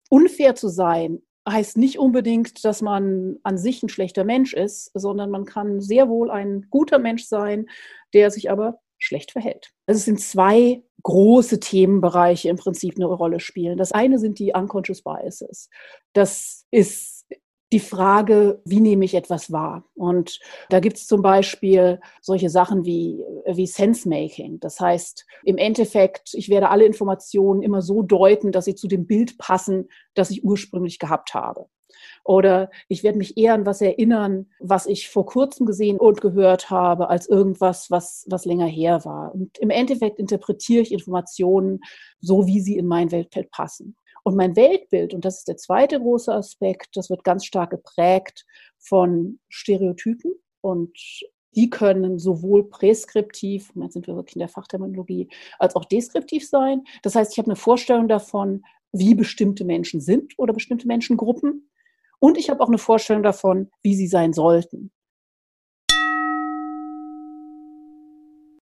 Unfair zu sein heißt nicht unbedingt, dass man an sich ein schlechter Mensch ist, sondern man kann sehr wohl ein guter Mensch sein, der sich aber schlecht verhält. Also es sind zwei große Themenbereiche im Prinzip eine Rolle spielen. Das eine sind die Unconscious Biases. Das ist die Frage, wie nehme ich etwas wahr? Und da gibt es zum Beispiel solche Sachen wie Sense-Making. Das heißt, im Endeffekt, ich werde alle Informationen immer so deuten, dass sie zu dem Bild passen, das ich ursprünglich gehabt habe. Oder ich werde mich eher an was erinnern, was ich vor kurzem gesehen und gehört habe, als irgendwas, was länger her war. Und im Endeffekt interpretiere ich Informationen so, wie sie in mein Weltbild passen. Und mein Weltbild, und das ist der zweite große Aspekt, das wird ganz stark geprägt von Stereotypen. Und die können sowohl präskriptiv, jetzt sind wir wirklich in der Fachterminologie, als auch deskriptiv sein. Das heißt, ich habe eine Vorstellung davon, wie bestimmte Menschen sind oder bestimmte Menschengruppen. Und ich habe auch eine Vorstellung davon, wie sie sein sollten.